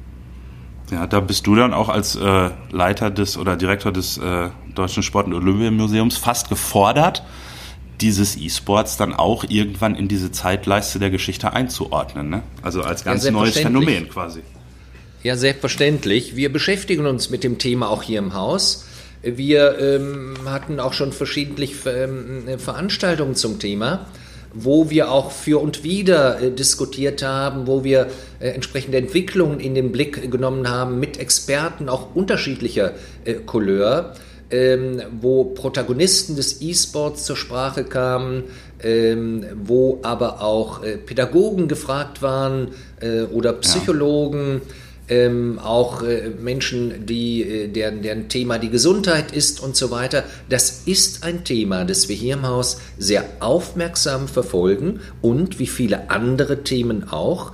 Ja, da bist du dann auch als äh, Leiter des oder Direktor des äh, Deutschen Sport- und Olympiamuseums fast gefordert, dieses E-Sports dann auch irgendwann in diese Zeitleiste der Geschichte einzuordnen, ne? Also als ganz ja, neues Phänomen quasi. Ja, selbstverständlich. Wir beschäftigen uns mit dem Thema auch hier im Haus. Wir ähm, hatten auch schon verschiedentlich ähm, Veranstaltungen zum Thema, wo wir auch für und wider äh, diskutiert haben, wo wir äh, entsprechende Entwicklungen in den Blick genommen haben mit Experten auch unterschiedlicher äh, Couleur. Ähm, wo Protagonisten des E-Sports zur Sprache kamen, ähm, wo aber auch äh, Pädagogen gefragt waren äh, oder Psychologen, ja. ähm, auch äh, Menschen, die, äh, deren, deren Thema die Gesundheit ist und so weiter. Das ist ein Thema, das wir hier im Haus sehr aufmerksam verfolgen und wie viele andere Themen auch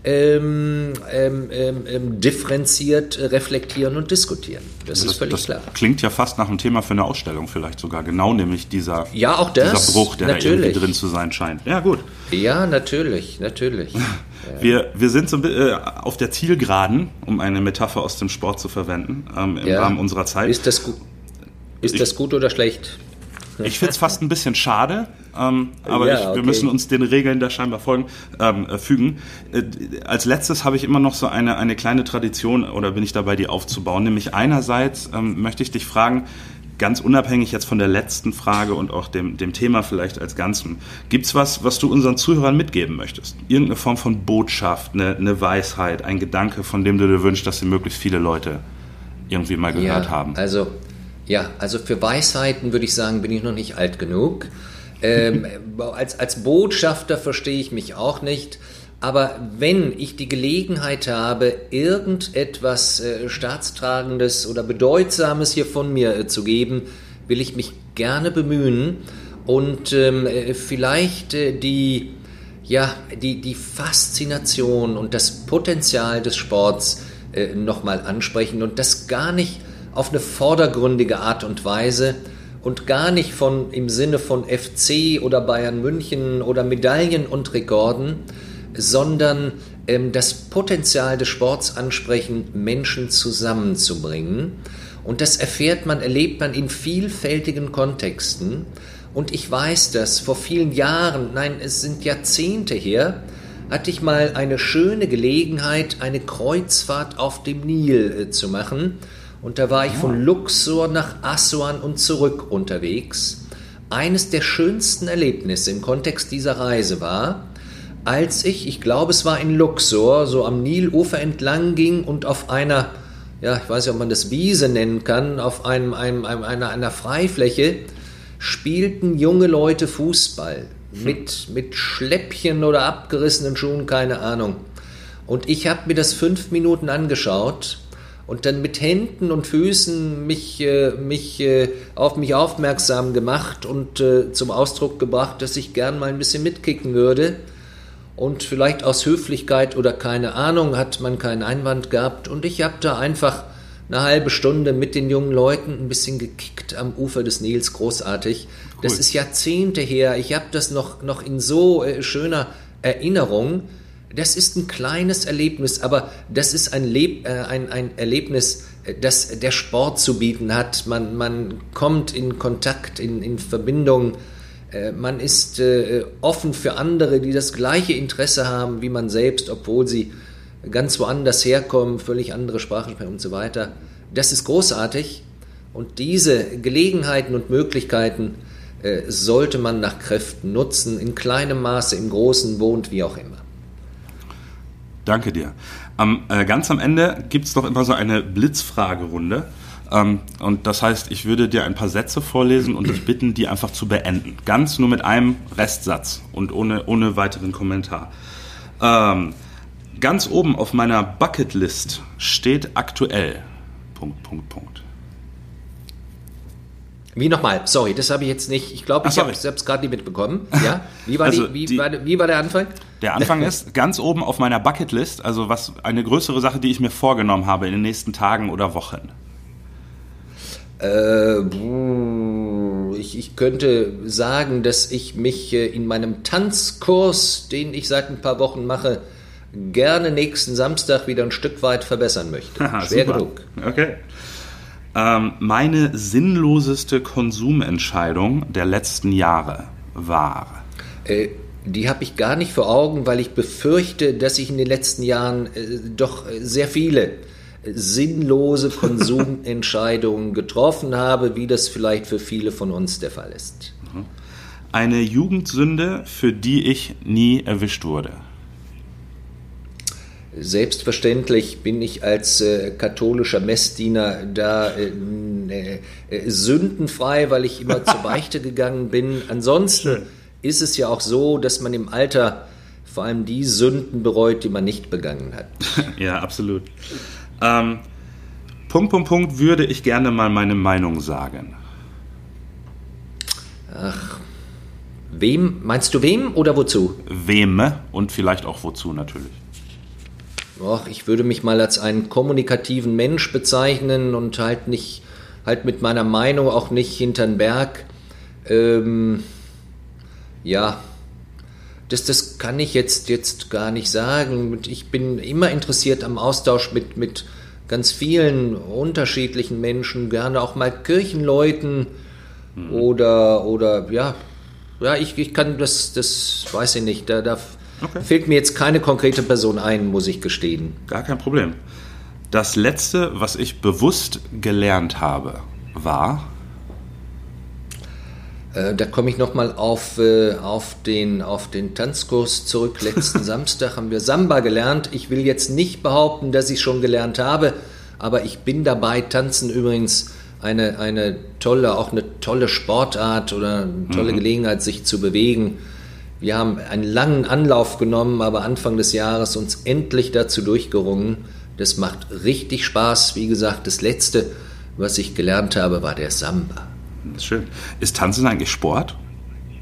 Ähm, ähm, ähm, differenziert reflektieren und diskutieren. Das, das ist völlig das klar. Klingt ja fast nach einem Thema für eine Ausstellung vielleicht sogar. Genau, nämlich dieser, ja, auch das, dieser Bruch, der natürlich. da irgendwie drin zu sein scheint. Ja, gut. Ja, natürlich, natürlich. Wir, wir sind so äh, auf der Zielgeraden, um eine Metapher aus dem Sport zu verwenden, ähm, im ja. Rahmen unserer Zeit. Ist das, gu- ist ich, das gut oder schlecht? Ich finde es fast ein bisschen schade, ähm, aber ja, ich, wir okay. müssen uns den Regeln da scheinbar folgen, ähm, äh, fügen. Äh, als letztes habe ich immer noch so eine, eine kleine Tradition, oder bin ich dabei, die aufzubauen. Nämlich einerseits ähm, möchte ich dich fragen, ganz unabhängig jetzt von der letzten Frage und auch dem, dem Thema vielleicht als Ganzen, gibt's was, was du unseren Zuhörern mitgeben möchtest? Irgendeine Form von Botschaft, eine, eine Weisheit, ein Gedanke, von dem du dir wünschst, dass sie möglichst viele Leute irgendwie mal gehört ja, haben? Also Ja, also für Weisheiten würde ich sagen, bin ich noch nicht alt genug. Ähm, als, als Botschafter verstehe ich mich auch nicht. Aber wenn ich die Gelegenheit habe, irgendetwas äh, Staatstragendes oder Bedeutsames hier von mir äh, zu geben, will ich mich gerne bemühen und ähm, äh, vielleicht äh, die, ja, die, die Faszination und das Potenzial des Sports äh, nochmal ansprechen und das gar nicht auf eine vordergründige Art und Weise und gar nicht von im Sinne von F C oder Bayern München oder Medaillen und Rekorden, sondern ähm, das Potenzial des Sports ansprechen, Menschen zusammenzubringen. Und das erfährt man, erlebt man in vielfältigen Kontexten. Und ich weiß das, vor vielen Jahren, nein, es sind Jahrzehnte her, hatte ich mal eine schöne Gelegenheit, eine Kreuzfahrt auf dem Nil äh, zu machen. Und da war ich von Luxor nach Assuan und zurück unterwegs. Eines der schönsten Erlebnisse im Kontext dieser Reise war, als ich, ich glaube es war in Luxor, so am Nilufer entlang ging und auf einer, ja, ich weiß nicht, ob man das Wiese nennen kann, auf einem, einem, einem, einer, einer Freifläche spielten junge Leute Fußball mit, mit Schläppchen oder abgerissenen Schuhen, keine Ahnung. Und ich habe mir das fünf Minuten angeschaut und dann mit Händen und Füßen mich, äh, mich, äh, auf mich aufmerksam gemacht und äh, zum Ausdruck gebracht, dass ich gern mal ein bisschen mitkicken würde. Und vielleicht aus Höflichkeit oder keine Ahnung hat man keinen Einwand gehabt. Und ich habe da einfach eine halbe Stunde mit den jungen Leuten ein bisschen gekickt am Ufer des Nils, großartig. Cool. Das ist Jahrzehnte her. Ich habe das noch, noch in so äh, schöner Erinnerung. Das ist ein kleines Erlebnis, aber das ist ein, Leb- äh, ein, ein Erlebnis, das der Sport zu bieten hat. Man, man kommt in Kontakt, in, in Verbindung. Äh, man ist äh, offen für andere, die das gleiche Interesse haben wie man selbst, obwohl sie ganz woanders herkommen, völlig andere Sprache sprechen und so weiter. Das ist großartig und diese Gelegenheiten und Möglichkeiten äh, sollte man nach Kräften nutzen, in kleinem Maße, im großen, wohnt, wie auch immer. Danke dir. Am, äh, ganz am Ende gibt es doch immer so eine Blitzfragerunde. Ähm, und das heißt, ich würde dir ein paar Sätze vorlesen und dich bitten, die einfach zu beenden. Ganz nur mit einem Restsatz und ohne, ohne weiteren Kommentar. Ähm, Ganz oben auf meiner Bucketlist steht aktuell. Punkt, Punkt, Punkt. Wie nochmal? Sorry, das habe ich jetzt nicht. Ich glaube, ich habe es gerade nicht mitbekommen. Ja? Wie war, also die, wie, die, war, wie war der Anfang? Der Anfang ist ganz oben auf meiner Bucketlist, also was eine größere Sache, die ich mir vorgenommen habe in den nächsten Tagen oder Wochen. Äh, ich, ich könnte sagen, dass ich mich in meinem Tanzkurs, den ich seit ein paar Wochen mache, gerne nächsten Samstag wieder ein Stück weit verbessern möchte. Aha, schwer super. genug. Okay. Ähm, meine sinnloseste Konsumentscheidung der letzten Jahre war? Äh, die habe ich gar nicht vor Augen, weil ich befürchte, dass ich in den letzten Jahren äh, doch sehr viele äh, sinnlose Konsumentscheidungen getroffen habe, wie das vielleicht für viele von uns der Fall ist. Eine Jugendsünde, für die ich nie erwischt wurde? Selbstverständlich bin ich als äh, katholischer Messdiener da äh, äh, sündenfrei, weil ich immer zur Beichte gegangen bin. Ansonsten Schön. Ist es ja auch so, dass man im Alter vor allem die Sünden bereut, die man nicht begangen hat. Ja, absolut. Ähm, Punkt, Punkt, Punkt, würde ich gerne mal meine Meinung sagen. Ach, wem? Meinst du wem oder wozu? Wem und vielleicht auch wozu natürlich. Och, ich würde mich mal als einen kommunikativen Mensch bezeichnen und halt nicht, halt mit meiner Meinung auch nicht hintern Berg. Ähm, ja, das, das kann ich jetzt, jetzt gar nicht sagen. Ich bin immer interessiert am Austausch mit, mit ganz vielen unterschiedlichen Menschen, gerne auch mal Kirchenleuten mhm. oder, oder ja, ja, ich, ich kann das, das weiß ich nicht, da darf Okay. Fehlt mir jetzt keine konkrete Person ein, muss ich gestehen. Gar kein Problem. Das Letzte, was ich bewusst gelernt habe, war? Äh, da komme ich nochmal auf, äh, auf, den, auf den Tanzkurs zurück. Letzten Samstag haben wir Samba gelernt. Ich will jetzt nicht behaupten, dass ich schon gelernt habe, aber ich bin dabei. Tanzen übrigens eine, eine tolle, auch eine tolle Sportart oder eine tolle mhm. Gelegenheit, sich zu bewegen. Wir haben einen langen Anlauf genommen, aber Anfang des Jahres uns endlich dazu durchgerungen. Das macht richtig Spaß. Wie gesagt, das Letzte, was ich gelernt habe, war der Samba. Das ist schön. Ist Tanzen eigentlich Sport?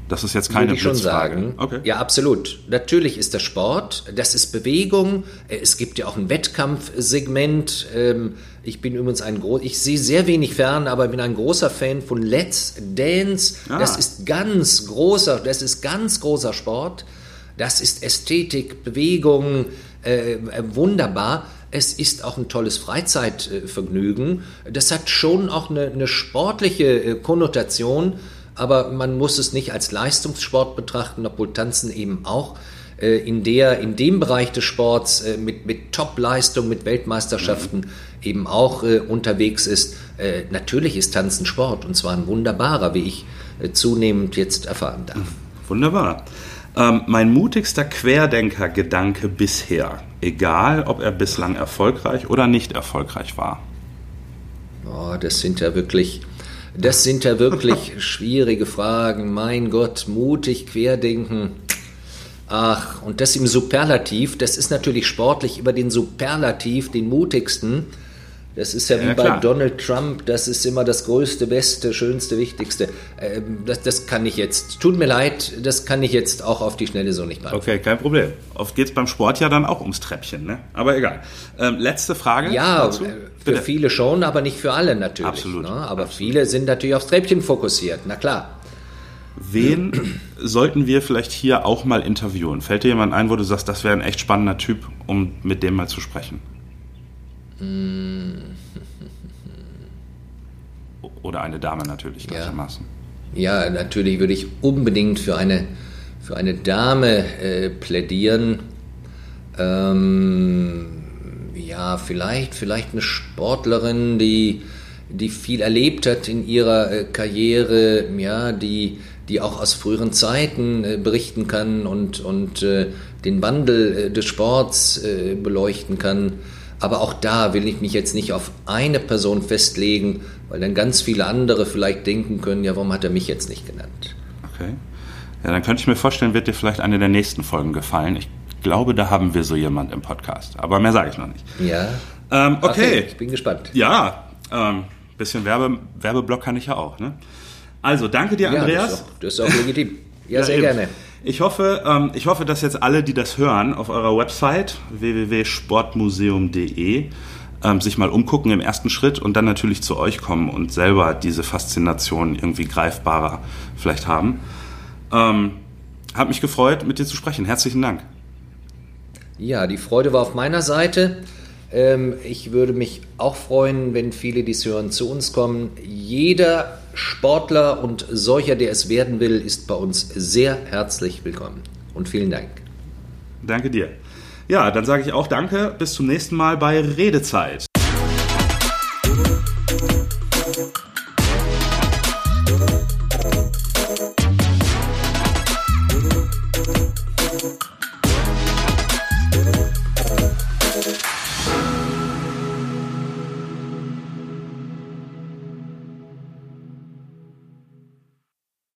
Das ist jetzt keine Würde ich schon Blitzfrage. sagen. Okay. Ja, absolut. Natürlich ist das Sport, das ist Bewegung. Es gibt ja auch ein Wettkampfsegment. Ich bin übrigens ein groß, ich sehe sehr wenig fern, aber bin ein großer Fan von Let's Dance. Ah. Das ist ganz großer, das ist ganz großer Sport. Das ist Ästhetik, Bewegung, äh, wunderbar. Es ist auch ein tolles Freizeitvergnügen. Das hat schon auch eine, eine sportliche Konnotation. Aber man muss es nicht als Leistungssport betrachten, obwohl Tanzen eben auch äh, in, der, in dem Bereich des Sports äh, mit, mit Top-Leistung, mit Weltmeisterschaften mhm. eben auch äh, unterwegs ist. Äh, natürlich ist Tanzen Sport und zwar ein wunderbarer, wie ich äh, zunehmend jetzt erfahren darf. Wunderbar. Ähm, mein mutigster Querdenker-Gedanke bisher, egal ob er bislang erfolgreich oder nicht erfolgreich war. Oh, das sind ja wirklich... Das sind ja wirklich schwierige Fragen. Mein Gott, mutig, querdenken. Ach, und das im Superlativ, das ist natürlich sportlich über den Superlativ, den mutigsten. Das ist ja wie ja, bei klar. Donald Trump, das ist immer das Größte, Beste, Schönste, Wichtigste. Ähm, das, das kann ich jetzt, tut mir leid, das kann ich jetzt auch auf die Schnelle so nicht beantworten. Okay, kein Problem. Oft geht es beim Sport ja dann auch ums Treppchen, ne? Aber egal. Ähm, letzte Frage Ja, dazu? für Bitte. Viele schon, aber nicht für alle natürlich. Absolut. Ne? Aber Absolut. Viele sind natürlich aufs Treppchen fokussiert, na klar. Wen sollten wir vielleicht hier auch mal interviewen? Fällt dir jemand ein, wo du sagst, das wäre ein echt spannender Typ, um mit dem mal zu sprechen? Oder eine Dame natürlich gleichermaßen. Ja. ja, natürlich würde ich unbedingt für eine, für eine Dame äh, plädieren. Ähm, ja, vielleicht, vielleicht eine Sportlerin, die, die viel erlebt hat in ihrer äh, Karriere, ja, die, die auch aus früheren Zeiten äh, berichten kann und, und äh, den Wandel äh, des Sports äh, beleuchten kann. Aber auch da will ich mich jetzt nicht auf eine Person festlegen, weil dann ganz viele andere vielleicht denken können, ja, warum hat er mich jetzt nicht genannt? Okay. Ja, dann könnte ich mir vorstellen, wird dir vielleicht eine der nächsten Folgen gefallen. Ich glaube, da haben wir so jemand im Podcast. Aber mehr sage ich noch nicht. Ja. Ähm, okay. okay. Ich bin gespannt. Ja, ähm, bisschen Werbe, Werbeblock kann ich ja auch, ne? Also, danke dir, ja, Andreas. Das ist auch, das ist auch legitim. Ja, ja, sehr eben. gerne. Ich hoffe, ähm, ich hoffe, dass jetzt alle, die das hören, auf eurer Website w w w punkt sportmuseum punkt d e ähm, sich mal umgucken im ersten Schritt und dann natürlich zu euch kommen und selber diese Faszination irgendwie greifbarer vielleicht haben. Ähm, hat mich gefreut, mit dir zu sprechen. Herzlichen Dank. Ja, die Freude war auf meiner Seite. Ähm, ich würde mich auch freuen, wenn viele, die es hören, zu uns kommen. Jeder Sportler und solcher, der es werden will, ist bei uns sehr herzlich willkommen. Und vielen Dank. Danke dir. Ja, dann sage ich auch danke. Bis zum nächsten Mal bei Redezeit.